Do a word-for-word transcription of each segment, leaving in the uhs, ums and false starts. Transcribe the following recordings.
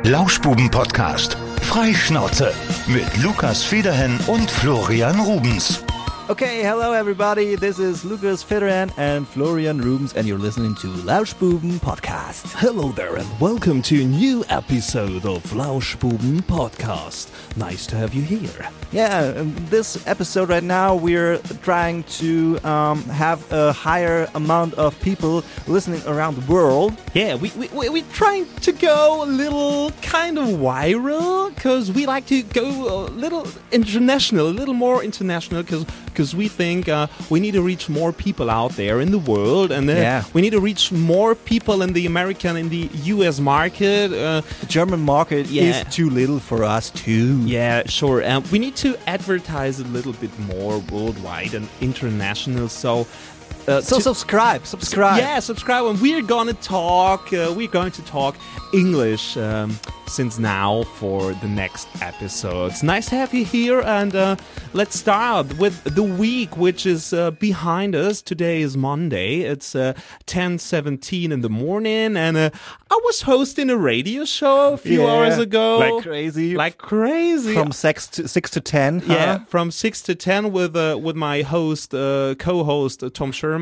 Lauschbuben-Podcast. Freischnauze mit Lukas Federhen und Florian Rubens. Okay, hello everybody, this is Lukas Federhen and Florian Rubens and you're listening to Lauschbuben Podcast. Hello there and welcome to a new episode of Lauschbuben Podcast. Nice to have you here. Yeah, in this episode right now we're trying to um, have a higher amount of people listening around the world. Yeah, we, we, we're trying to go a little kind of viral because we like to go a little international, a little more international because because we think uh, we need to reach more people out there in the world, and uh, yeah. we need to reach more people in the American and the U S market. Uh, the German market yeah. is too little for us too. Yeah, sure. Um, we need to advertise a little bit more worldwide and international. So. Uh, so to, subscribe, subscribe. Yeah, subscribe. And we're gonna talk. Uh, we're going to talk English um, since now for the next episodes. Nice to have you here, and uh, let's start with the week, which is uh, behind us. Today is Monday. It's uh, ten seventeen in the morning, and uh, I was hosting a radio show a few yeah, hours ago, like crazy, like crazy, from six to six to ten. Huh? Yeah, from six to ten with uh, with my host, uh, co-host uh, Tom Sherman.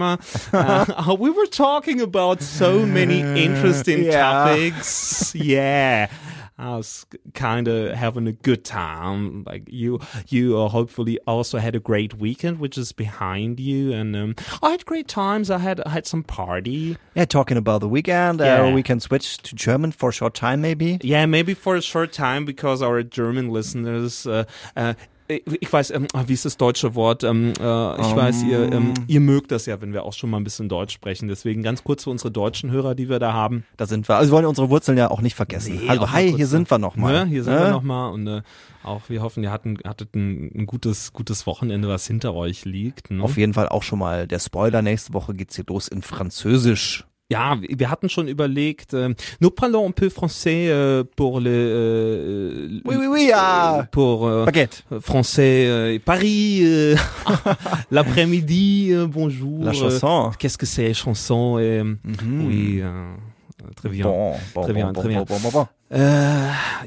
Uh, we were talking about so many interesting yeah. topics. Yeah. I was kind of having a good time. Like you, you uh, hopefully also had a great weekend, which is behind you. And um, I had great times. I had I had some party. Yeah, talking about the weekend. Yeah. Uh, we can switch to German for a short time, maybe. Yeah, maybe for a short time, because our German listeners. Uh, uh, Ich weiß, ähm, wie ist das deutsche Wort? Ähm, äh, ich um. weiß, ihr, ähm, ihr mögt das ja, wenn wir auch schon mal ein bisschen Deutsch sprechen. Deswegen ganz kurz für unsere deutschen Hörer, die wir da haben. Da sind wir. Also wir wollen unsere Wurzeln ja auch nicht vergessen. Nee, also hi, hier sind wir nochmal. Ja, hier sind äh? wir nochmal. Und äh, auch wir hoffen, ihr hattet, hattet ein, ein gutes, gutes Wochenende, was hinter euch liegt. Ne? Auf jeden Fall auch schon mal der Spoiler. Nächste Woche geht's hier los in Französisch. Ja, wir hatten schon überlegt, euh, nous parlons un peu français euh, pour le euh, oui oui oui ah, pour euh, baguette français euh, Paris euh, l'après-midi euh, bonjour la chanson euh, qu'est-ce que c'est chanson euh, mm-hmm. oui euh, très bien bon, bon, très bien bon, très bien bon, bon, bon, bon. Äh,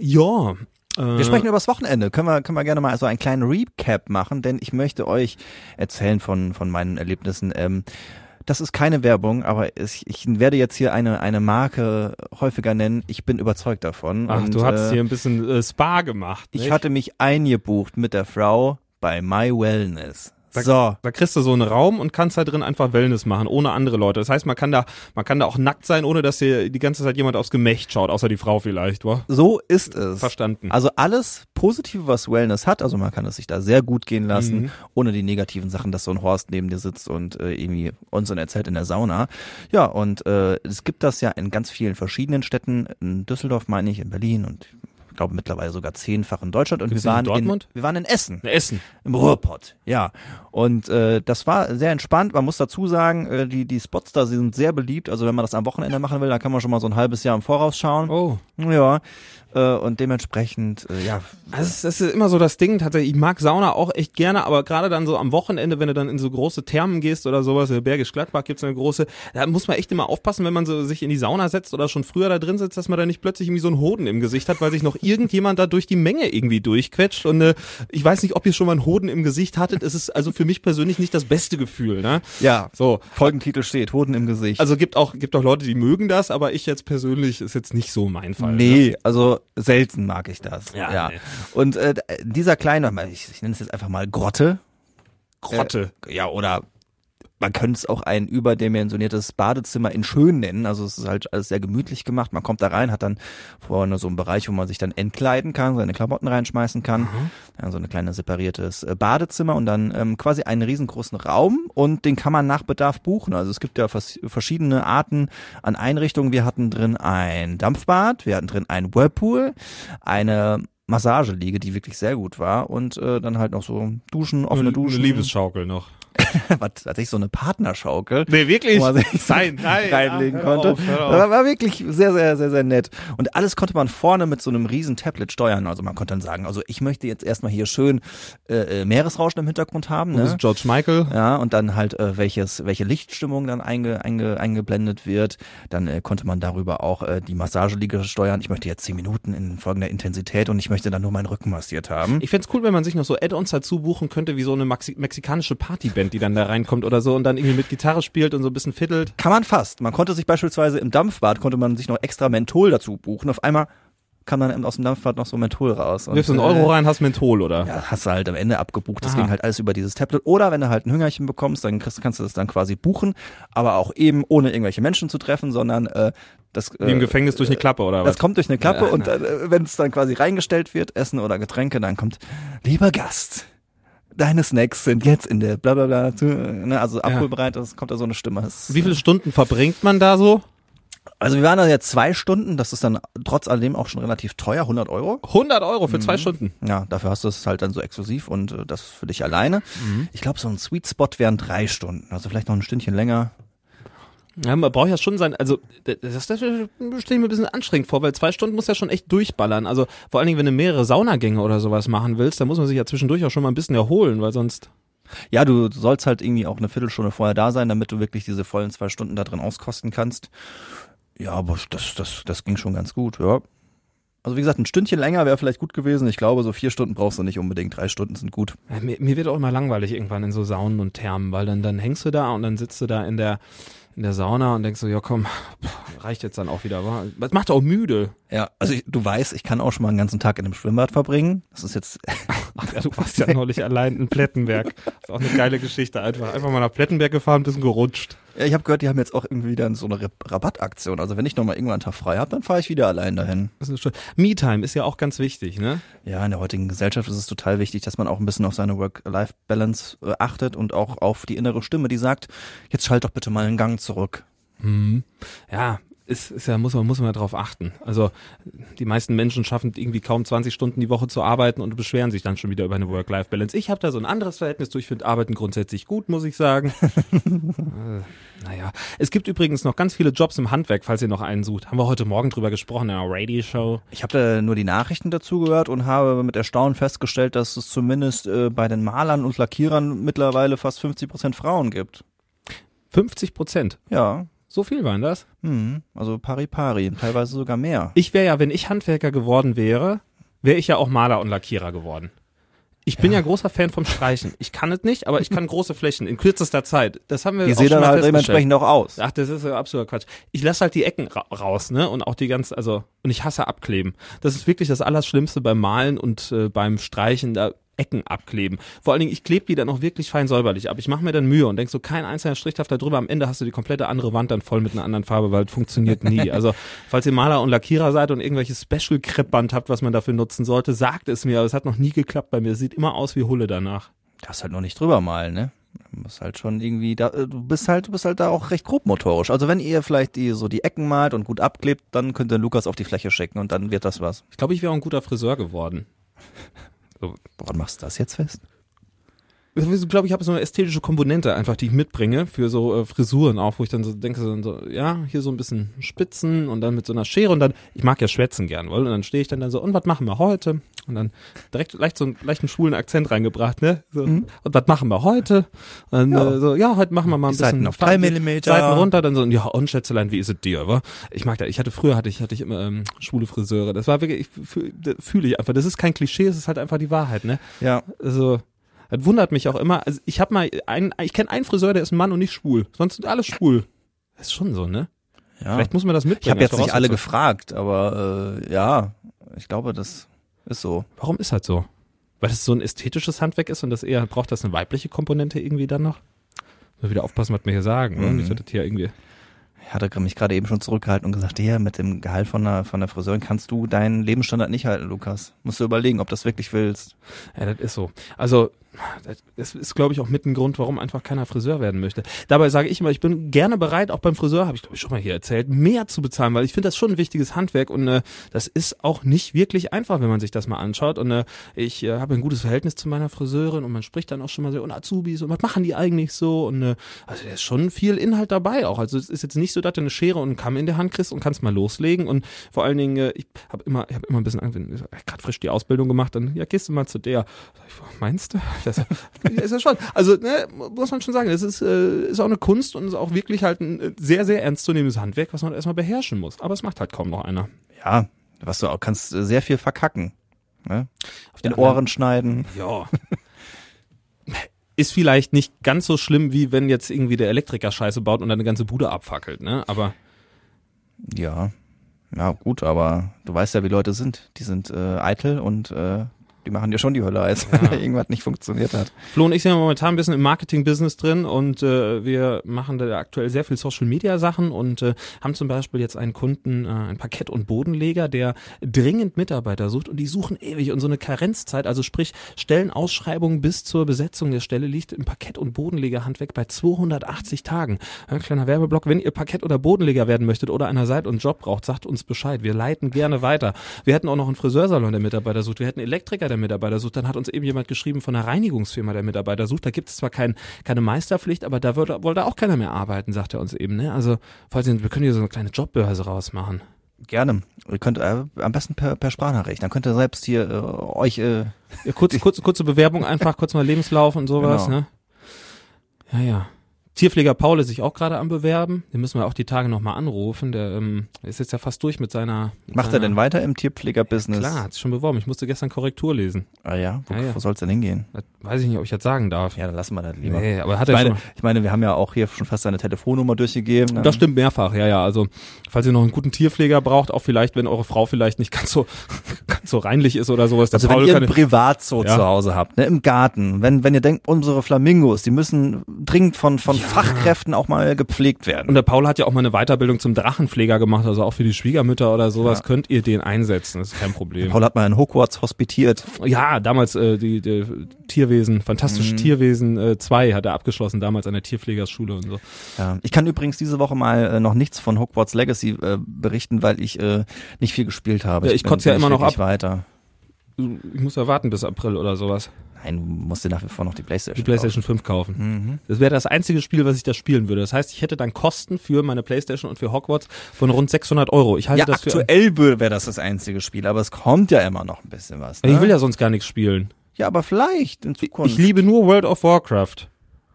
ja Wir sprechen über das Wochenende. Können wir, können wir gerne mal so einen kleinen Recap machen, denn ich möchte euch erzählen von von meinen Erlebnissen. Ähm, Das ist keine Werbung, aber ich, ich werde jetzt hier eine eine Marke häufiger nennen. Ich bin überzeugt davon. Ach, und, du hast äh, hier ein bisschen äh, Spa gemacht. Ich nicht? hatte mich eingebucht mit der Frau bei My Wellness. Da, so. da kriegst du so einen Raum und kannst da drin einfach Wellness machen, ohne andere Leute. Das heißt, man kann da, man kann da auch nackt sein, ohne dass dir die ganze Zeit jemand aufs Gemächt schaut, außer die Frau vielleicht, wa? So ist es. Verstanden. Also alles Positive, was Wellness hat, also man kann es sich da sehr gut gehen lassen, mhm. ohne die negativen Sachen, dass so ein Horst neben dir sitzt und äh, irgendwie Unsinn erzählt in der Sauna. Ja, und äh, es gibt das ja in ganz vielen verschiedenen Städten, in Düsseldorf meine ich, in Berlin und ich glaube mittlerweile sogar zehnfach in Deutschland. Und Gibt's wir waren in Dortmund? in wir waren in Essen. In Essen. Im Ruhrpott, ja. Und äh, das war sehr entspannt. Man muss dazu sagen, äh, die die Spots da sind sehr beliebt. Also wenn man das am Wochenende machen will, dann kann man schon mal so ein halbes Jahr im Voraus schauen. Oh. Ja. Äh, und dementsprechend, äh, ja. Also das ist immer so das Ding, tatsächlich, ich mag Sauna auch echt gerne, aber gerade dann so am Wochenende, wenn du dann in so große Thermen gehst oder sowas, in Bergisch Gladbach gibt's eine große, da muss man echt immer aufpassen, wenn man so sich in die Sauna setzt oder schon früher da drin sitzt, dass man da nicht plötzlich irgendwie so einen Hoden im Gesicht hat, weil sich noch irgendjemand da durch die Menge irgendwie durchquetscht. Und äh, ich weiß nicht, ob ihr schon mal einen Hoden im Gesicht hattet. Es ist also für mich persönlich nicht das beste Gefühl, ne? Ja, so. Folgentitel steht, Hoden im Gesicht. Also gibt auch gibt auch Leute, die mögen das, aber ich jetzt persönlich ist jetzt nicht so mein Fall. Nee, ne? also selten mag ich das. Ja. ja. Nee. Und äh, dieser kleine, ich, ich nenne es jetzt einfach mal Grotte. Grotte. Äh, ja, oder man könnte es auch ein überdimensioniertes Badezimmer in schön nennen. Also es ist halt alles sehr gemütlich gemacht. Man kommt da rein, hat dann vorne so einen Bereich, wo man sich dann entkleiden kann, seine Klamotten reinschmeißen kann. Mhm. Ja, so eine kleine separiertes Badezimmer und dann ähm, quasi einen riesengroßen Raum und den kann man nach Bedarf buchen. Also es gibt ja vers- verschiedene Arten an Einrichtungen. Wir hatten drin ein Dampfbad, wir hatten drin ein Whirlpool, eine Massageliege, die wirklich sehr gut war und äh, dann halt noch so Duschen, offene eine, Duschen. Eine Liebesschaukel noch. was, tatsächlich so eine Partnerschaukel. Nee, wirklich? Wo man sich Nein, nein. reinlegen Ach, hör konnte. auf, hör auf. Das war wirklich sehr, sehr, sehr, sehr nett. Und alles konnte man vorne mit so einem riesen Tablet steuern. Also man konnte dann sagen, also ich möchte jetzt erstmal hier schön äh, Meeresrauschen im Hintergrund haben. Das Ne? ist George Michael. Ja, und dann halt äh, welches, welche Lichtstimmung dann einge, einge, eingeblendet wird. Dann äh, konnte man darüber auch äh, die Massageliege steuern. Ich möchte jetzt zehn Minuten in folgender Intensität und ich möchte dann nur meinen Rücken massiert haben. Ich fänd's cool, wenn man sich noch so Add-ons dazu buchen könnte, wie so eine Maxi- mexikanische Partyband, die dann da reinkommt oder so und dann irgendwie mit Gitarre spielt und so ein bisschen fiddelt. Kann man fast. Man konnte sich beispielsweise im Dampfbad, konnte man sich noch extra Menthol dazu buchen. Auf einmal kam dann aus dem Dampfbad noch so Menthol raus. Und, Wirfst du einen Euro rein, hast Menthol, oder? Ja, hast du halt am Ende abgebucht. Das Aha. ging halt alles über dieses Tablet. Oder wenn du halt ein Hüngerchen bekommst, dann kriegst, kannst du das dann quasi buchen. Aber auch eben ohne irgendwelche Menschen zu treffen, sondern äh, das Wie im äh, Gefängnis durch eine Klappe, oder was? Das kommt durch eine Klappe Ja, und dann, äh, wenn es dann quasi reingestellt wird, Essen oder Getränke, dann kommt, lieber Gast, deine Snacks sind jetzt in der blablabla, zu, ne, also abholbereit, das kommt da so eine Stimme. Das, Wie viele Stunden verbringt man da so? Also wir waren da jetzt zwei Stunden, das ist dann trotz alledem auch schon relativ teuer, hundert Euro. hundert Euro für zwei Stunden. Ja, dafür hast du es halt dann so exklusiv und äh, das für dich alleine. Mhm. Ich glaube, so ein Sweet Spot wären drei Stunden, also vielleicht noch ein Stündchen länger. Ja, man braucht ja schon sein, also das, das stelle ich mir ein bisschen anstrengend vor, weil zwei Stunden muss ja schon echt durchballern. Also vor allen Dingen, wenn du mehrere Saunagänge oder sowas machen willst, dann muss man sich ja zwischendurch auch schon mal ein bisschen erholen, weil sonst... Ja, du sollst halt irgendwie auch eine Viertelstunde vorher da sein, damit du wirklich diese vollen zwei Stunden da drin auskosten kannst. Ja, aber das, das, das ging schon ganz gut, ja. Also wie gesagt, ein Stündchen länger wäre vielleicht gut gewesen. Ich glaube, so vier Stunden brauchst du nicht unbedingt. Drei Stunden sind gut. Ja, mir, mir wird auch immer langweilig irgendwann in so Saunen und Thermen, weil dann, dann hängst du da und dann sitzt du da in der, in der Sauna und denkst so, ja komm, reicht jetzt dann auch wieder, wa? Das macht auch müde. Ja, also ich, du weißt, ich kann auch schon mal einen ganzen Tag in einem Schwimmbad verbringen. Das ist jetzt... Ach ja, du warst ja neulich allein in Plettenberg. Das ist auch eine geile Geschichte. Einfach, einfach mal nach Plettenberg gefahren, ein bisschen gerutscht. Ja, ich habe gehört, die haben jetzt auch irgendwie wieder so eine Rabattaktion. Also wenn ich nochmal irgendwann einen Tag frei habe, dann fahre ich wieder allein dahin. Das ist schon. Me-Time ist ja auch ganz wichtig, ne? Ja, in der heutigen Gesellschaft ist es total wichtig, dass man auch ein bisschen auf seine Work-Life-Balance äh, achtet und auch auf die innere Stimme, die sagt, jetzt schalt doch bitte mal einen Gang zurück. Mhm. Ja, ist, ist ja, muss man, muss man ja drauf achten. Also, die meisten Menschen schaffen irgendwie kaum zwanzig Stunden die Woche zu arbeiten und beschweren sich dann schon wieder über eine Work-Life-Balance. Ich habe da so ein anderes Verhältnis zu. Ich finde Arbeiten grundsätzlich gut, muss ich sagen. äh, naja. Es gibt übrigens noch ganz viele Jobs im Handwerk, falls ihr noch einen sucht. Haben wir heute Morgen drüber gesprochen in einer Radio-Show. Ich habe da nur die Nachrichten dazu gehört und habe mit Erstaunen festgestellt, dass es zumindest äh, bei den Malern und Lackierern mittlerweile fast fünfzig Prozent Frauen gibt. fünfzig Prozent. Ja. So viel waren das? Hm, also pari pari, teilweise sogar mehr. Ich wäre ja, wenn ich Handwerker geworden wäre, wäre ich ja auch Maler und Lackierer geworden. Ich bin ja. ja großer Fan vom Streichen. Ich kann es nicht, aber ich kann große Flächen in kürzester Zeit. Das haben wir die auch sehen schon dann mal halt dementsprechend auch aus. Ach, das ist ja absoluter Quatsch. Ich lasse halt die Ecken ra- raus, ne? Und auch die ganz, also, und ich hasse Abkleben. Das ist wirklich das Allerschlimmste beim Malen und äh, beim Streichen, da Ecken abkleben. Vor allen Dingen, ich klebe die dann auch wirklich fein säuberlich ab. Ich mache mir dann Mühe und denk so, kein einzelner Strich darf da drüber. Am Ende hast du die komplette andere Wand dann voll mit einer anderen Farbe, weil es funktioniert nie. Also, falls ihr Maler und Lackierer seid und irgendwelches Special-Kreppband habt, was man dafür nutzen sollte, sagt es mir. Aber es hat noch nie geklappt bei mir. Es sieht immer aus wie Hulle danach. Darfst halt noch nicht drüber malen, ne? Du musst halt schon irgendwie da, du bist halt, du bist halt da auch recht grobmotorisch. Also wenn ihr vielleicht die, so die Ecken malt und gut abklebt, dann könnt ihr Lukas auf die Fläche schicken und dann wird das was. Ich glaube, ich wäre auch ein guter Friseur geworden. So. Woran machst du das jetzt fest? Ich glaube, ich habe so eine ästhetische Komponente einfach, die ich mitbringe für so äh, Frisuren auch, wo ich dann so denke, so, so, ja, hier so ein bisschen Spitzen und dann mit so einer Schere und dann, ich mag ja schwätzen gern, weil und dann stehe ich dann da so, und was machen wir heute? Und dann direkt leicht so einen leichten schwulen Akzent reingebracht, ne? So, mhm. Und was machen wir heute? Und dann ja. Äh, so, ja, heute machen wir mal ein die bisschen Seiten auf drei Millimeter. Seiten runter, dann so, ja, und Schätzelein, wie ist es dir, wa? Ich mag da, ich hatte früher hatte ich hatte ich immer ähm, schwule Friseure. Das war wirklich, ich fühle fühl ich einfach, das ist kein Klischee, es ist halt einfach die Wahrheit, ne? Ja. Also das wundert mich auch immer. Also ich habe mal einen, ich kenne einen Friseur, der ist ein Mann und nicht schwul. Sonst sind alle schwul. Das ist schon so, ne? Ja. Vielleicht muss man das mitbringen. Ich habe jetzt nicht alle gefragt, aber äh, ja, ich glaube, das ist so. Warum ist das so? Weil das so ein ästhetisches Handwerk ist und das eher braucht das eine weibliche Komponente irgendwie dann noch? Mal wieder aufpassen, was wir hier sagen. Mhm. Nicht, dass das hier irgendwie. Ich hatte mich gerade eben schon zurückgehalten und gesagt, ja, mit dem Gehalt von der, von der Friseurin kannst du deinen Lebensstandard nicht halten, Lukas. Musst du überlegen, ob du das wirklich willst. Ja, das ist so. Also, Das ist, glaube ich, auch mit ein Grund, warum einfach keiner Friseur werden möchte. Dabei sage ich immer, ich bin gerne bereit, auch beim Friseur, habe ich glaube ich schon mal hier erzählt, mehr zu bezahlen, weil ich finde das schon ein wichtiges Handwerk und äh, das ist auch nicht wirklich einfach, wenn man sich das mal anschaut. Und äh, ich äh, habe ein gutes Verhältnis zu meiner Friseurin und man spricht dann auch schon mal so, und Azubis und was machen die eigentlich so? Und äh, also da ist schon viel Inhalt dabei auch. Also es ist jetzt nicht so, dass du eine Schere und einen Kamm in der Hand kriegst und kannst mal loslegen. Und vor allen Dingen, äh, ich habe immer, ich habe immer ein bisschen Angst, wenn ich gerade frisch die Ausbildung gemacht, dann ja, gehst du mal zu der. Meinst du? Das ist ja schon. Also ne, muss man schon sagen, es ist, äh, ist auch eine Kunst und ist auch wirklich halt ein sehr, sehr ernstzunehmendes Handwerk, was man erstmal beherrschen muss. Aber es macht halt kaum noch einer. Ja, was du auch kannst, sehr viel verkacken. Ne? Auf den Ohren schneiden. Ja. Ist vielleicht nicht ganz so schlimm, wie wenn jetzt irgendwie der Elektriker Scheiße baut und eine ganze Bude abfackelt, ne? Aber ja, ja gut, aber du weißt ja, wie Leute sind. Die sind äh, eitel und äh, die machen dir schon die Hölle heiß, ja. wenn irgendwas nicht funktioniert hat. Flo und ich sind ja momentan ein bisschen im Marketing-Business drin und äh, wir machen da aktuell sehr viel Social-Media-Sachen und äh, haben zum Beispiel jetzt einen Kunden, äh, einen Parkett- und Bodenleger, der dringend Mitarbeiter sucht und die suchen ewig und so eine Karenzzeit, also sprich Stellenausschreibung bis zur Besetzung der Stelle liegt im Parkett- und Bodenlegerhandwerk bei zweihundertachtzig Tagen. Ein kleiner Werbeblock, wenn ihr Parkett- oder Bodenleger werden möchtet oder einer seid und einen Job braucht, sagt uns Bescheid, wir leiten gerne weiter. Wir hätten auch noch einen Friseursalon, der Mitarbeiter sucht, wir hätten Elektriker, der Mitarbeiter sucht, dann hat uns eben jemand geschrieben von einer Reinigungsfirma, der Mitarbeiter sucht, da gibt es zwar kein, keine Meisterpflicht, aber da würde, wollte auch keiner mehr arbeiten, sagt er uns eben, ne? Also, falls ihr, wir können hier so eine kleine Jobbörse rausmachen. Gerne. Ihr könnt äh, am besten per, per Sprachnachricht, dann könnt ihr selbst hier äh, euch äh, ja, kurz, kurz, kurze Bewerbung einfach, kurz mal Lebenslauf und sowas, genau. Ne? Ja, ja. Tierpfleger Paul ist sich auch gerade am Bewerben. Den müssen wir auch die Tage nochmal anrufen. Der ähm, ist jetzt ja fast durch mit seiner... Mit Macht seiner, er denn weiter im Tierpfleger-Business? Klar, hat sich schon beworben. Ich musste gestern Korrektur lesen. Ah ja? Wo, ja, ja. wo soll's denn hingehen? Das weiß ich nicht, ob ich das sagen darf. Ja, dann lassen wir das lieber. Nee, aber hat ich, er meine, schon... ich meine, wir haben ja auch hier schon fast seine Telefonnummer durchgegeben. Ne? Das stimmt mehrfach, ja, ja. Also, falls ihr noch einen guten Tierpfleger braucht, auch vielleicht, wenn eure Frau vielleicht nicht ganz so ganz so reinlich ist oder sowas. Der Also Paul wenn ihr kann, ein Privatzoo ja. zu Hause habt, ne, im Garten, wenn wenn ihr denkt, unsere Flamingos, die müssen dringend von von Ja. Fachkräften auch mal gepflegt werden. Und der Paul hat ja auch mal eine Weiterbildung zum Drachenpfleger gemacht, also auch für die Schwiegermütter oder sowas, Ja. könnt ihr den einsetzen, das ist kein Problem. Paul hat mal in Hogwarts hospitiert. Ja, damals äh, die, die Tierwesen, Fantastische Mhm. Tierwesen äh, zwei hat er abgeschlossen, damals an der Tierpflegerschule und so. Ja. Ich kann übrigens diese Woche mal äh, noch nichts von Hogwarts Legacy äh, berichten, weil ich äh, nicht viel gespielt habe. Ja, ich bin- kotze ja bin immer noch wirklich ab. weiter. Ich muss ja warten bis April oder sowas. Nein, du musst dir nach wie vor noch die PlayStation Die PlayStation fünf kaufen. Mhm. Das wäre das einzige Spiel, was ich da spielen würde. Das heißt, ich hätte dann Kosten für meine PlayStation und für Hogwarts von rund sechshundert Euro. Ich halte Ja, das für... aktuell wäre das das einzige Spiel, aber es kommt ja immer noch ein bisschen was. Ne? Ich will ja sonst gar nichts spielen. ja, aber vielleicht in Zukunft. Ich liebe nur World of Warcraft.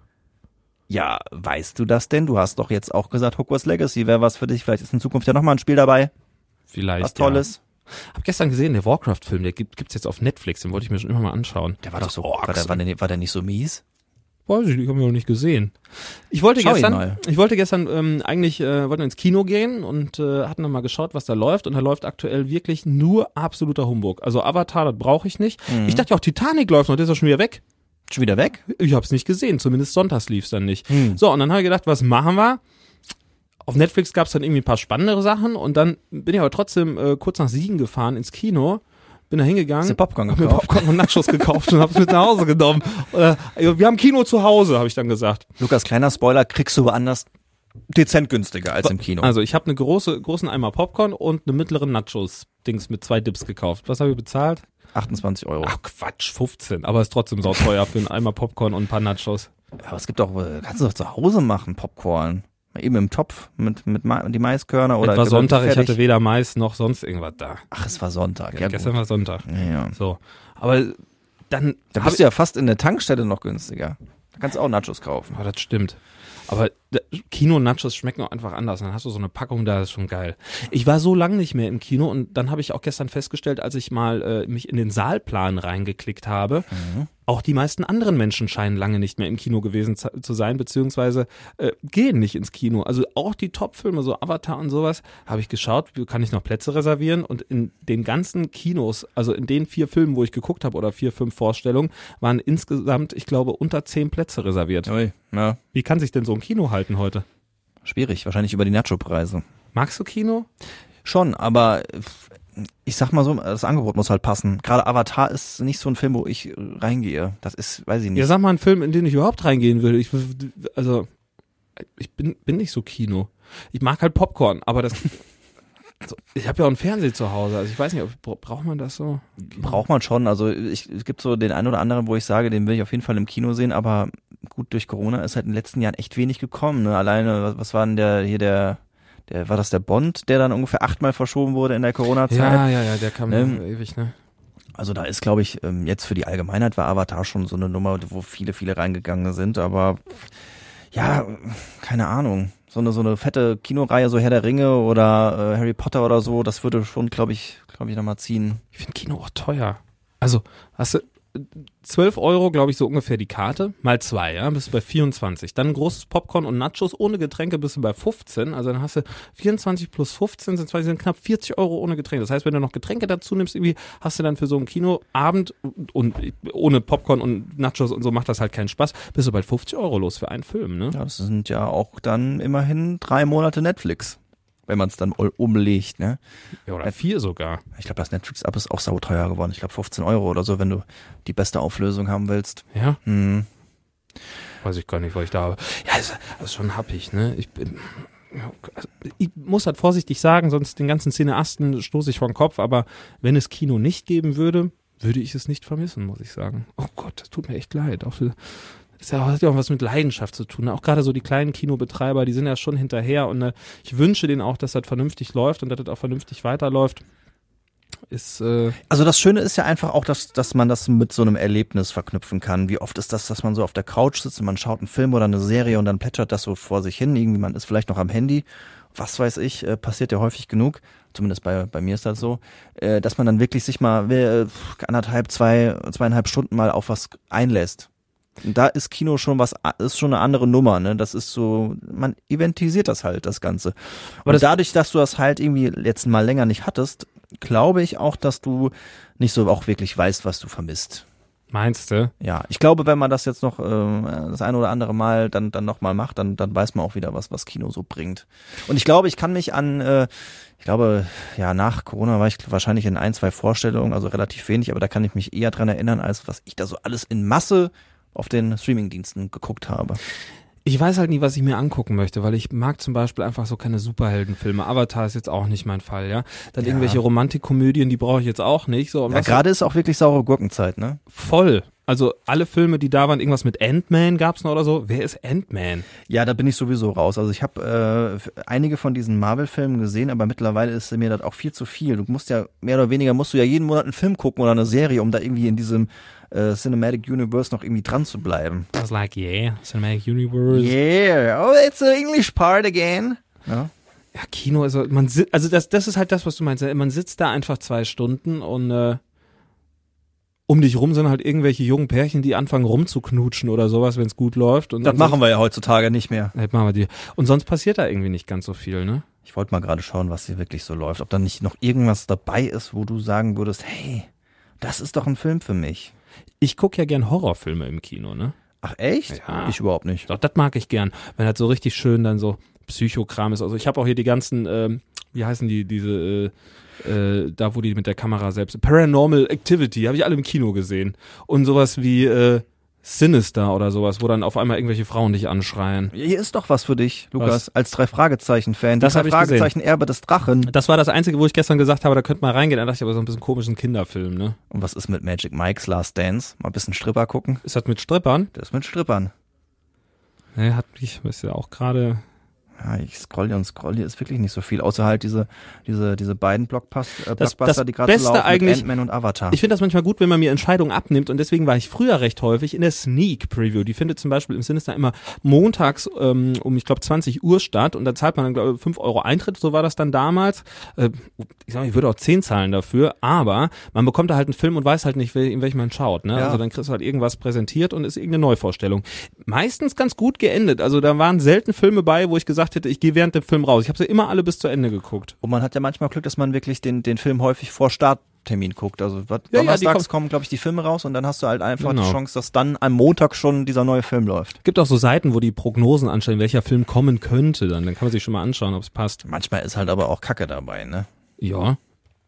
Ja, weißt du das denn? Du hast doch jetzt auch gesagt, Hogwarts Legacy wäre was für dich. Vielleicht ist in Zukunft ja nochmal ein Spiel dabei. Vielleicht, Was Tolles. Ja. Hab gestern gesehen, der Warcraft-Film, der gibt, gibt's jetzt auf Netflix, den wollte ich mir schon immer mal anschauen. Der war doch so, Orks war der, war, der, war der nicht so mies? Weiß ich nicht, hab ich noch nicht gesehen. Ich wollte Schau ihn gestern, mal. ich wollte gestern ähm, eigentlich äh, wollten wir ins Kino gehen und äh, hatten dann mal geschaut, was da läuft und da läuft aktuell wirklich nur absoluter Humbug. Also Avatar, das brauche ich nicht. Mhm. Ich dachte ja auch, Titanic läuft noch, der ist ja schon wieder weg. Schon wieder weg? Ich hab's nicht gesehen, zumindest sonntags lief's dann nicht. Hm. So, und dann habe ich gedacht, was machen wir? Auf Netflix gab's dann irgendwie ein paar spannendere Sachen und dann bin ich aber trotzdem äh, kurz nach Siegen gefahren ins Kino. Bin da hingegangen, Hast du Popcorn hab mir gekauft? Popcorn und Nachos gekauft und hab's mit nach Hause genommen. Äh, wir haben Kino zu Hause, habe ich dann gesagt. Lukas, kleiner Spoiler, kriegst du woanders dezent günstiger als im Kino. Also ich habe eine große, großen Eimer Popcorn und eine mittlere Nachos-Dings mit zwei Dips gekauft. Was habe ich bezahlt? achtundzwanzig Euro. Ach Quatsch, fünfzehn. Aber ist trotzdem sauteuer für einen Eimer Popcorn und ein paar Nachos. Aber es gibt auch, äh, kannst du doch zu Hause machen, Popcorn. Mal eben im Topf mit, mit Ma- die Maiskörner oder. Es war Sonntag, ich fertig. hatte weder Mais noch sonst irgendwas da. Ach, es war Sonntag. Ja, Gestern gut. war Sonntag. Ja, ja. So. Aber dann. Da hab bist du ja fast in der Tankstelle noch günstiger. Da kannst du auch Nachos kaufen. Oh, das stimmt. Aber Kino-Nachos schmecken auch einfach anders. Dann hast du so eine Packung da, ist schon geil. Ich war so lange nicht mehr im Kino und dann habe ich auch gestern festgestellt, als ich mal äh, mich in den Saalplan reingeklickt habe, Mhm. auch die meisten anderen Menschen scheinen lange nicht mehr im Kino gewesen zu, zu sein, beziehungsweise äh, gehen nicht ins Kino. Also auch die Top-Filme, so Avatar und sowas, habe ich geschaut, wie kann ich noch Plätze reservieren? Und in den ganzen Kinos, also in den vier Filmen, wo ich geguckt habe oder vier, fünf Vorstellungen, waren insgesamt, ich glaube, unter zehn Plätze reserviert. Ui, ja. Wie kann sich denn so ein Kino halten heute? Schwierig, wahrscheinlich über die Nacho-Preise. Magst du Kino? Schon, aber äh, ich sag mal so, das Angebot muss halt passen. Gerade Avatar ist nicht so ein Film, wo ich reingehe. Das ist, weiß ich nicht. Ja, sag mal einen Film, in den ich überhaupt reingehen würde. Ich, also, ich bin, bin nicht so Kino. Ich mag halt Popcorn, aber das, also, ich habe ja auch einen Fernseher zu Hause. Also ich weiß nicht, ob, braucht man das so? Braucht man schon. Also ich, es gibt so den einen oder anderen, wo ich sage, den will ich auf jeden Fall im Kino sehen, aber gut, durch Corona ist halt in den letzten Jahren echt wenig gekommen. Ne? Alleine, was, was war denn der, hier der, der, war das der Bond, der dann ungefähr achtmal verschoben wurde in der Corona-Zeit? Ja, ja, ja, der kam ähm, ewig, ne? Also da ist, glaube ich, jetzt für die Allgemeinheit war Avatar schon so eine Nummer, wo viele, viele reingegangen sind, aber ja, keine Ahnung. So eine, so eine fette Kinoreihe, so Herr der Ringe oder äh, Harry Potter oder so, das würde schon, glaube ich, glaube ich, nochmal ziehen. Ich finde Kino auch teuer. Also, hast du zwölf Euro, glaube ich, so ungefähr die Karte, mal zwei, ja, bist du bei vierundzwanzig. Dann ein großes Popcorn und Nachos ohne Getränke bist du bei fünfzehn. Also dann hast du vierundzwanzig plus fünfzehn, sind zwei, sind knapp vierzig Euro ohne Getränke. Das heißt, wenn du noch Getränke dazu nimmst, irgendwie hast du dann für so einen Kinoabend und ohne Popcorn und Nachos und so macht das halt keinen Spaß, bist du bald fünfzig Euro los für einen Film, ne? Ja, das sind ja auch dann immerhin drei Monate Netflix, wenn man es dann umlegt, ne? Ja, oder vier sogar. Ich glaube, das Netflix-Abo ist auch sauteuer geworden. Ich glaube fünfzehn Euro oder so, wenn du die beste Auflösung haben willst. Ja? Hm. Weiß ich gar nicht, was ich da habe. Ja, das ist schon happig, ne? Ich bin, also ich muss halt vorsichtig sagen, sonst den ganzen Cineasten stoße ich vor den Kopf, aber wenn es Kino nicht geben würde, würde ich es nicht vermissen, muss ich sagen. Oh Gott, das tut mir echt leid. Auch für, das hat ja auch was mit Leidenschaft zu tun. Auch gerade so die kleinen Kinobetreiber, die sind ja schon hinterher und äh, ich wünsche denen auch, dass das vernünftig läuft und dass das auch vernünftig weiterläuft. Ist, äh also das Schöne ist ja einfach auch, dass, dass man das mit so einem Erlebnis verknüpfen kann. Wie oft ist das, dass man so auf der Couch sitzt und man schaut einen Film oder eine Serie und dann plätschert das so vor sich hin. Irgendwie man ist vielleicht noch am Handy. Was weiß ich, äh, passiert ja häufig genug. Zumindest bei bei mir ist das so, äh, dass man dann wirklich sich mal äh, anderthalb, zwei, zweieinhalb Stunden mal auf was einlässt. Und da ist Kino schon was, ist schon eine andere Nummer, ne? Das ist so, man eventisiert das halt, das Ganze. Aber das dadurch, dass du das halt irgendwie jetzt mal länger nicht hattest, glaube ich auch, dass du nicht so auch wirklich weißt, was du vermisst. Meinst du? Ja, ich glaube, wenn man das jetzt noch äh, das eine oder andere Mal dann dann noch mal macht, dann dann weiß man auch wieder, was was Kino so bringt. Und ich glaube, ich kann mich an, äh, ich glaube, ja, nach Corona war ich wahrscheinlich in ein, zwei Vorstellungen, also relativ wenig, aber da kann ich mich eher dran erinnern, als was ich da so alles in Masse auf den Streamingdiensten geguckt habe. Ich weiß halt nie, was ich mir angucken möchte, weil ich mag zum Beispiel einfach so keine Superheldenfilme. Avatar ist jetzt auch nicht mein Fall, ja. Dann Ja. irgendwelche Romantikkomödien, die brauche ich jetzt auch nicht. So, und Ja, was gerade ist auch wirklich saure Gurkenzeit, ne? voll. Also alle Filme, die da waren, irgendwas mit Ant-Man gab's noch oder so. Wer ist Ant-Man? Ja, da bin ich sowieso raus. Also ich habe äh, einige von diesen Marvel-Filmen gesehen, aber mittlerweile ist mir das auch viel zu viel. Du musst ja, mehr oder weniger musst du ja jeden Monat einen Film gucken oder eine Serie, um da irgendwie in diesem äh, Cinematic Universe noch irgendwie dran zu bleiben. I was like, yeah, Cinematic Universe. Yeah, oh, it's the English part again. Ja. Ja, Kino ist so, man sitzt, also das, das ist halt das, was du meinst. Man sitzt da einfach zwei Stunden und äh, um dich rum sind halt irgendwelche jungen Pärchen, die anfangen rumzuknutschen oder sowas, wenn es gut läuft. Und Das machen wir ja heutzutage nicht mehr. wir. Machen wir die. Und sonst passiert da irgendwie nicht ganz so viel, ne? Ich wollte mal gerade schauen, was hier wirklich so läuft. Ob da nicht noch irgendwas dabei ist, wo du sagen würdest, hey, das ist doch ein Film für mich. Ich gucke ja gern Horrorfilme im Kino, ne? Ach echt? Ja. Ich überhaupt nicht. Doch, das mag ich gern. Wenn halt so richtig schön dann so Psychokram ist. Also ich habe auch hier die ganzen, ähm, wie heißen die, diese, äh, äh, da wo die mit der Kamera selbst, Paranormal Activity, habe ich alle im Kino gesehen. Und sowas wie äh, Sinister oder sowas, wo dann auf einmal irgendwelche Frauen dich anschreien. Hier ist doch was für dich, Lukas, Was? als Drei-Fragezeichen-Fan. Das Die hab ich Drei-Fragezeichen Erbe des Drachen. Das war das Einzige, wo ich gestern gesagt habe, da könnte man reingehen. Da dachte ich aber so ein bisschen komischen Kinderfilm, ne? Und was ist mit Magic Mike's Last Dance? Mal ein bisschen Stripper gucken. Ist das mit Strippern? Das ist mit Strippern. Ne, hat mich, ist ja auch gerade. Ja, ich scroll hier und scroll hier, ist wirklich nicht so viel, außer halt diese diese diese beiden Blockpass, äh, Das- Blockbuster, das die gerade so Beste laufen, eigentlich- mit Ant-Man und Avatar. Ich finde das manchmal gut, wenn man mir Entscheidungen abnimmt und deswegen war ich früher recht häufig in der Sneak Preview. Die findet zum Beispiel im Sinister immer montags ähm, um, ich glaube, zwanzig Uhr statt und da zahlt man dann, glaube ich, fünf Euro Eintritt, so war das dann damals. Äh, ich sag mal, ich würde auch zehn zahlen dafür, aber man bekommt da halt einen Film und weiß halt nicht, wel- in welchem man schaut. Ne? Ja. Also dann kriegst du halt irgendwas präsentiert und ist irgendeine Neuvorstellung. Meistens ganz gut geendet. Also da waren selten Filme bei, wo ich gesagt hätte, ich gehe während dem Film raus. Ich habe sie immer alle bis zu Ende geguckt. Und man hat ja manchmal Glück, dass man wirklich den den Film häufig vor Starttermin guckt. Also was, Ja, ja, die donnerstags kommen- kommen, glaube ich, die Filme raus und dann hast du halt einfach Genau. die Chance, dass dann am Montag schon dieser neue Film läuft. Gibt auch so Seiten, wo die Prognosen anstellen, welcher Film kommen könnte. Dann, dann kann man sich schon mal anschauen, ob es passt. Manchmal ist halt aber auch Kacke dabei, ne? Ja.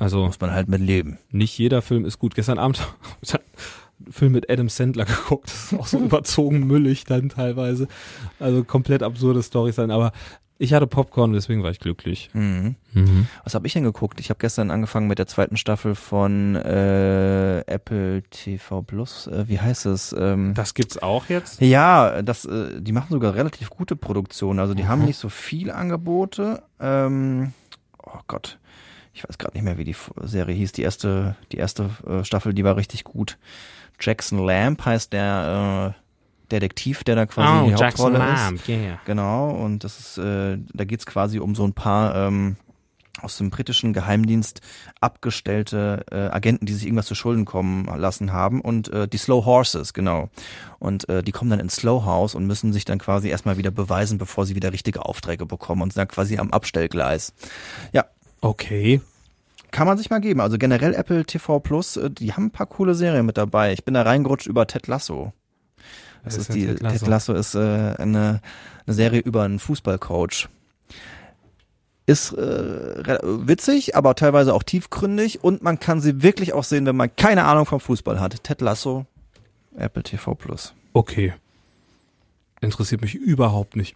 Also Muss man halt mit leben. nicht jeder Film ist gut. Gestern Abend habe ich einen Film mit Adam Sandler geguckt. Das ist auch so überzogen müllig dann teilweise. Also komplett absurde Storys dann. Aber ich hatte Popcorn, deswegen war ich glücklich. Mhm. Mhm. Was habe ich denn geguckt? Ich habe gestern angefangen mit der zweiten Staffel von äh, Apple T V Plus. Äh, wie heißt es? Ähm, Das gibt's auch jetzt? ja, das, äh, die machen sogar relativ gute Produktionen. Also die Mhm. haben nicht so viel Angebote. Ähm, oh Gott, ich weiß gerade nicht mehr, wie die Serie hieß. Die erste, die erste äh, Staffel, die war richtig gut. Jackson Lamb heißt der äh, Detektiv, der da quasi die Hauptrolle ist. yeah. Genau, und das ist, äh, da geht's quasi um so ein paar ähm, aus dem britischen Geheimdienst abgestellte äh, Agenten, die sich irgendwas zu Schulden kommen lassen haben und äh, die Slow Horses, genau. Und äh, die kommen dann ins Slow House und müssen sich dann quasi erstmal wieder beweisen, bevor sie wieder richtige Aufträge bekommen und sind dann quasi am Abstellgleis. Ja, Okay. kann man sich mal geben. Also generell Apple T V Plus, äh, die haben ein paar coole Serien mit dabei. Ich bin da reingerutscht über Ted Lasso. Das Was ist ist die, denn Ted Lasso? Ted Lasso ist äh, eine, eine Serie über einen Fußballcoach. Ist äh, re- witzig, aber teilweise auch tiefgründig und man kann sie wirklich auch sehen, wenn man keine Ahnung vom Fußball hat. Ted Lasso, Apple T V Plus. Okay. Interessiert mich überhaupt nicht.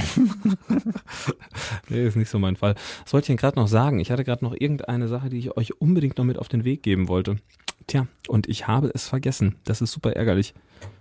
Nee, ist nicht so mein Fall. Was wollte ich denn gerade noch sagen? Ich hatte gerade noch irgendeine Sache, die ich euch unbedingt noch mit auf den Weg geben wollte. Tja, und ich habe es vergessen. Das ist super ärgerlich.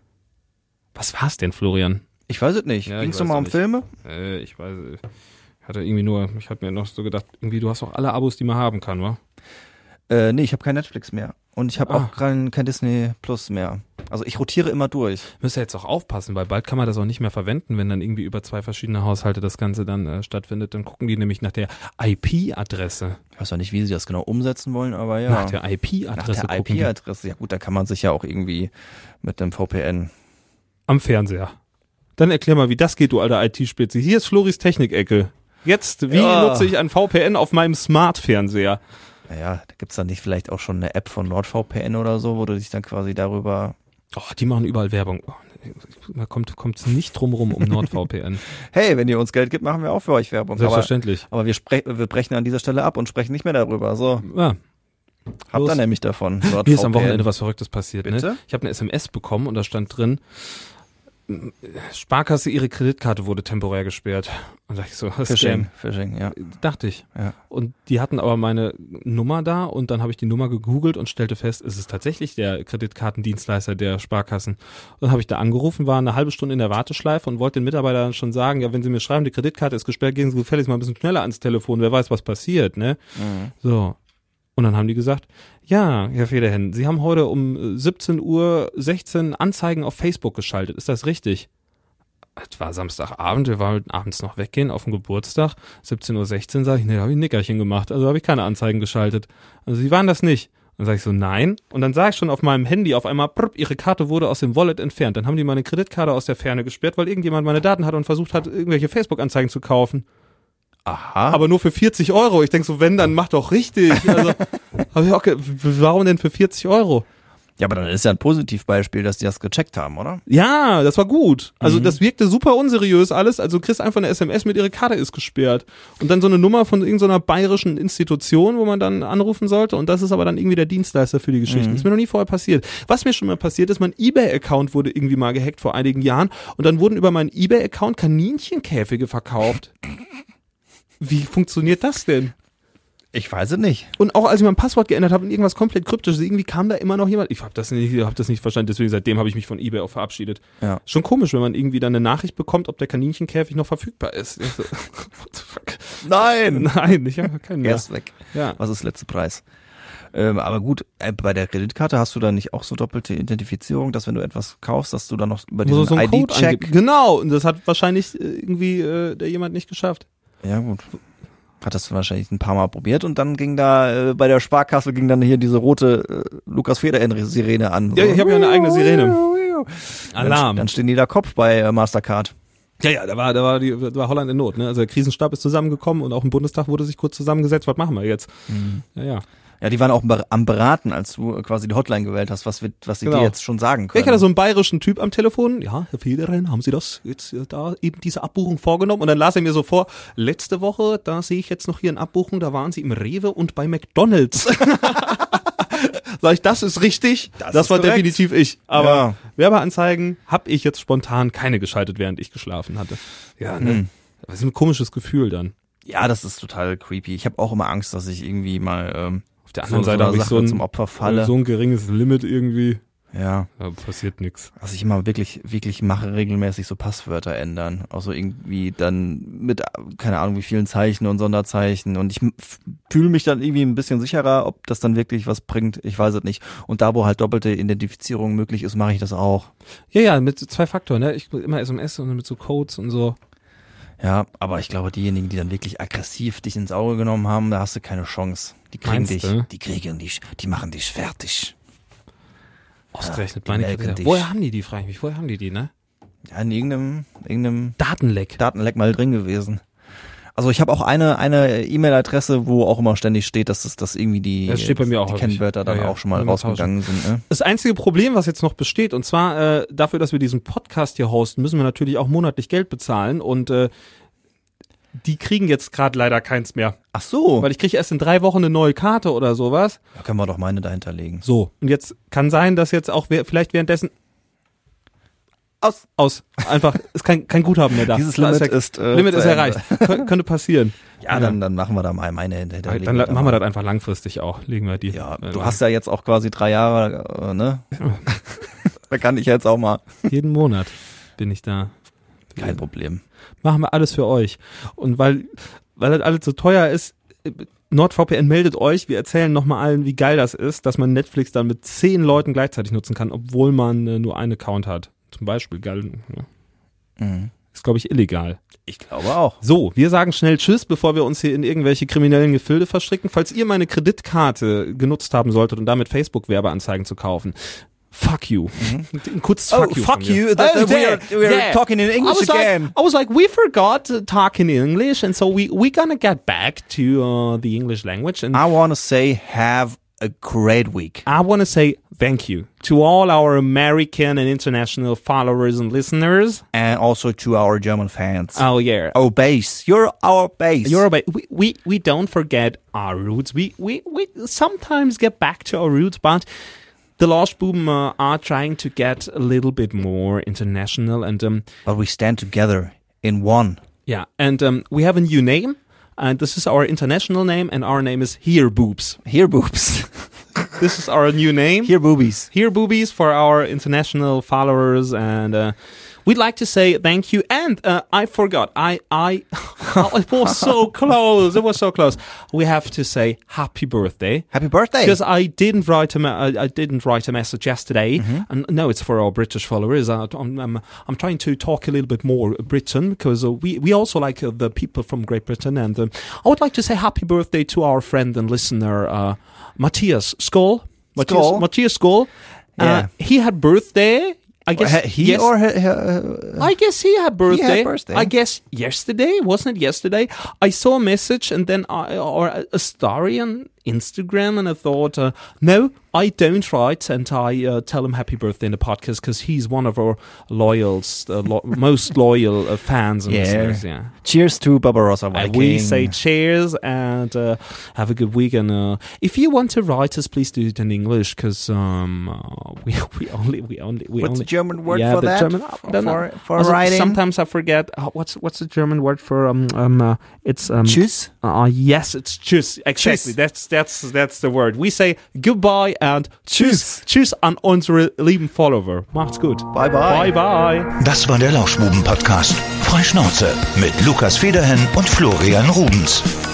Was war's denn, Florian? Ich weiß es nicht. Ja, ich Ging's weiß nochmal auch um nicht. Filme? Äh, ich weiß, ich hatte irgendwie nur, ich hatte mir noch so gedacht, irgendwie du hast auch alle Abos, die man haben kann, wa? Äh, nee, ich habe kein Netflix mehr. Und ich habe Ah. auch kein, kein Disney Plus mehr. Also ich rotiere immer durch. Müsst ihr jetzt auch aufpassen, weil bald kann man das auch nicht mehr verwenden, wenn dann irgendwie über zwei verschiedene Haushalte das Ganze dann äh, stattfindet. Dann gucken die nämlich nach der I P-Adresse. Ich weiß auch nicht, wie sie das genau umsetzen wollen, aber ja. Nach der I Nach P-Adresse der I gucken die P-Adresse. Ja gut, da kann man sich ja auch irgendwie mit einem V P N. am Fernseher. Dann erklär mal, wie das geht, du alter I T-Spitze. Hier ist Floris Technik-Ecke. Jetzt, wie Ja. nutze ich ein V P N auf meinem Smart-Fernseher? Naja, da gibt's dann nicht vielleicht auch schon eine App von NordVPN oder so, wo du dich dann quasi darüber... Oh, die machen überall Werbung. Oh, man kommt kommt's nicht drum rum um NordVPN. Hey, wenn ihr uns Geld gibt, machen wir auch für euch Werbung. Aber, Selbstverständlich. aber wir, spre wir brechen an dieser Stelle ab und sprechen nicht mehr darüber. So, Ja, habt Los. ihr nämlich davon. mir ist am Wochenende was Verrücktes passiert. Ne? Bitte? Ich habe eine S M S bekommen und da stand drin, Sparkasse, ihre Kreditkarte wurde temporär gesperrt. Und da dachte ich so, was Phishing, Phishing, ja. Dachte ich. ja. Und die hatten aber meine Nummer da und dann habe ich die Nummer gegoogelt und stellte fest, es ist tatsächlich der Kreditkartendienstleister der Sparkassen. Und dann habe ich da angerufen, war eine halbe Stunde in der Warteschleife und wollte den Mitarbeitern schon sagen, ja, wenn sie mir schreiben, die Kreditkarte ist gesperrt, gehen Sie gefälligst mal ein bisschen schneller ans Telefon, wer weiß, was passiert, ne? Mhm. So. Und dann haben die gesagt, ja, Herr Federhen, Sie haben heute um siebzehn Uhr sechzehn Anzeigen auf Facebook geschaltet. Ist das richtig? Es war Samstagabend, wir wollten abends noch weggehen auf den Geburtstag. siebzehn Uhr sechzehn sage ich, nee, da habe ich ein Nickerchen gemacht. Also habe ich keine Anzeigen geschaltet. Also Sie waren das nicht. Dann sage ich so, nein. Und dann sage ich schon auf meinem Handy auf einmal, prr, Ihre Karte wurde aus dem Wallet entfernt. Dann haben die meine Kreditkarte aus der Ferne gesperrt, weil irgendjemand meine Daten hat und versucht hat, irgendwelche Facebook-Anzeigen zu kaufen. Aha. Aber nur für vierzig Euro. Ich denk so, wenn, dann mach doch richtig. Also, hab ich auch ge- warum denn für vierzig Euro? Ja, aber dann ist ja ein Positivbeispiel, dass die das gecheckt haben, oder? Ja, das war gut. Also Mhm. das wirkte super unseriös alles. Also du kriegst einfach eine S M S mit, ihre Karte ist gesperrt. Und dann so eine Nummer von irgendeiner bayerischen Institution, wo man dann anrufen sollte. Und das ist aber dann irgendwie der Dienstleister für die Geschichte. Mhm. Das ist mir noch nie vorher passiert. Was mir schon mal passiert ist, mein eBay-Account wurde irgendwie mal gehackt vor einigen Jahren. Und dann wurden über meinen eBay-Account Kaninchenkäfige verkauft. Wie funktioniert das denn? Ich weiß es nicht. Und auch als ich mein Passwort geändert habe in irgendwas komplett kryptisches, irgendwie kam da immer noch jemand. Ich habe das nicht, hab das nicht verstanden, deswegen seitdem habe ich mich von eBay auch verabschiedet. Ja. Schon komisch, wenn man irgendwie dann eine Nachricht bekommt, ob der Kaninchenkäfig noch verfügbar ist. Ich so, what the fuck? Nein! Nein, ich habe keinen mehr. Er ist weg. Ja. Was ist letzte Preis? Ähm, aber gut, äh, bei der Kreditkarte hast du da nicht auch so doppelte Identifizierung, dass wenn du etwas kaufst, dass du dann noch über Muss diesen so einen Code I D-Check... angeben. Genau, und das hat wahrscheinlich äh, irgendwie äh, der jemand nicht geschafft. Ja gut. Hat das wahrscheinlich ein paar Mal probiert und dann ging da äh, bei der Sparkasse ging dann hier diese rote äh, Lukas Federhen-Sirene an. Ja, ich habe ja eine eigene Sirene. Dann, Alarm. dann stehen die da Kopf bei äh, Mastercard. Ja, ja, da war, da war, die, da war Holland in Not. Ne? Also der Krisenstab ist zusammengekommen und auch im Bundestag wurde sich kurz zusammengesetzt. Was machen wir jetzt? Mhm. Ja, ja. Ja, die waren auch am Beraten, als du quasi die Hotline gewählt hast, was wir, was sie Genau. dir jetzt schon sagen können. Ich hatte so einen bayerischen Typ am Telefon. Ja, Herr Federhen, haben Sie das jetzt äh, da eben diese Abbuchung vorgenommen? Und dann las er mir so vor, letzte Woche, da sehe ich jetzt noch hier eine Abbuchung, da waren Sie im Rewe und bei McDonald's. Sag ich, das ist richtig. Das, das war korrekt. Definitiv ich. Aber ja. Werbeanzeigen habe ich jetzt spontan keine geschaltet, während ich geschlafen hatte. Ja, ne? Hm. Das ist ein komisches Gefühl dann. Ja, das ist total creepy. Ich habe auch immer Angst, dass ich irgendwie mal ähm, auf der anderen so, Seite so habe ich so ein, zum Opfer falle. So ein geringes Limit irgendwie. Ja. Da passiert nichts. Was ich immer wirklich, wirklich mache, regelmäßig so Passwörter ändern. Also irgendwie dann mit, keine Ahnung, wie vielen Zeichen und Sonderzeichen. Und ich fühle mich dann irgendwie ein bisschen sicherer, ob das dann wirklich was bringt. Ich weiß es nicht. Und da, wo halt doppelte Identifizierung möglich ist, mache ich das auch. Ja, ja, mit zwei Faktoren, ne? Ich immer S M S und mit so Codes und so. Ja, aber ich glaube, diejenigen, die dann wirklich aggressiv dich ins Auge genommen haben, da hast du keine Chance. Die kriegen Meinst dich, du? die kriegen dich, die machen dich fertig. Ausgerechnet ja, meine Kinder. Woher haben die die, frage ich mich, woher haben die die, ne? Ja, in irgendeinem, irgendeinem Datenleck. Datenleck mal drin gewesen. Also ich habe auch eine eine E-Mail-Adresse, wo auch immer ständig steht, dass es das irgendwie die, das steht bei mir auch die häufig. Kennwörter dann ja, ja. auch schon mal rausgegangen sind. Ne? Das einzige Problem, was jetzt noch besteht, und zwar äh, dafür, dass wir diesen Podcast hier hosten, müssen wir natürlich auch monatlich Geld bezahlen und äh, die kriegen jetzt gerade leider keins mehr. Ach so. Weil ich kriege erst in drei Wochen eine neue Karte oder sowas. Da können wir doch meine dahinter legen. So, und jetzt kann sein, dass jetzt auch wer, vielleicht währenddessen aus, aus, einfach, ist kein, kein Guthaben mehr da. Dieses Limit ist, ist, äh, Limit ist erreicht. Kön- könnte passieren. Ja, dann, dann machen wir da mal meine hinterher. Dann la- machen wir das einfach langfristig auch. Legen wir die. Ja, äh, du hast ja jetzt auch quasi drei Jahre, äh, ne? Da kann ich jetzt auch mal. Jeden Monat bin ich da. Kein Problem. Machen wir alles für euch. Und weil, weil das alles so teuer ist, NordVPN meldet euch, wir erzählen nochmal allen, wie geil das ist, dass man Netflix dann mit zehn Leuten gleichzeitig nutzen kann, obwohl man äh, nur einen Account hat. Zum Beispiel, geil. Ja. Mhm. Ist, glaube ich, illegal. Ich glaube auch. So, wir sagen schnell Tschüss, bevor wir uns hier in irgendwelche kriminellen Gefilde verstricken. Falls ihr meine Kreditkarte genutzt haben solltet, um damit Facebook-Werbeanzeigen zu kaufen, fuck you. Mm-hmm. Ein kurzes fuck oh, you. fuck you. That, oh, we are, we are yeah. talking in English I again. Like, I was like, we forgot to talk in English, and so we we gonna get back to uh, the English language. And I want to say, have a great week. I want to say thank you to all our American and international followers and listeners, and also to our German fans. Oh yeah, our base. You're our base. You're our base. We we we don't forget our roots. We we we sometimes get back to our roots, but the Lauschbuben uh, are trying to get a little bit more international, and um, but we stand together in one. Yeah, and um, we have a new name, and this is our international name, and our name is Here Boobs. Here Boobs. This is our new name. Here Boobies. Here Boobies for our international followers, and uh, we'd like to say thank you. And uh, I forgot. I I oh, it was so close. It was so close. We have to say happy birthday. Happy birthday. Because I didn't write a me- I, I didn't write a message yesterday, mm-hmm. and no, it's for our British followers. Uh, I'm, I'm I'm trying to talk a little bit more Britain because uh, we we also like uh, the people from Great Britain, and um, I would like to say happy birthday to our friend and listener uh, Matthias Skoll. Matthias, Matthias Skoll. Yeah. Uh, he had birthday. I guess he yes. or he, uh, I guess he had birthday. He had birthday. I guess yesterday, wasn't it yesterday? I saw a message and then I, or a story on Instagram, and I thought, uh, no, I don't write, and I uh, tell him happy birthday in the podcast because he's one of our loyals, uh, lo- most loyal uh, fans and yeah. listeners. Yeah. Cheers to Barbarossa Viking. And we say cheers and uh, have a good week. And uh, if you want to write us, please do it in English because um, uh, we we only we only we what's only. the German word yeah, for the that? German, for for, for also, writing. Sometimes I forget uh, what's what's the German word for um um uh, it's um tschüss. Uh, yes, it's tschüss. Exactly. Tschüss. That's that's that's the word. We say goodbye and tschüss. Tschüss an unsere lieben Follower. Macht's gut. Bye bye. Bye bye. Das war der Lauschbuben-Podcast. Freischnauze mit Lukas Federhen und Florian Rubens.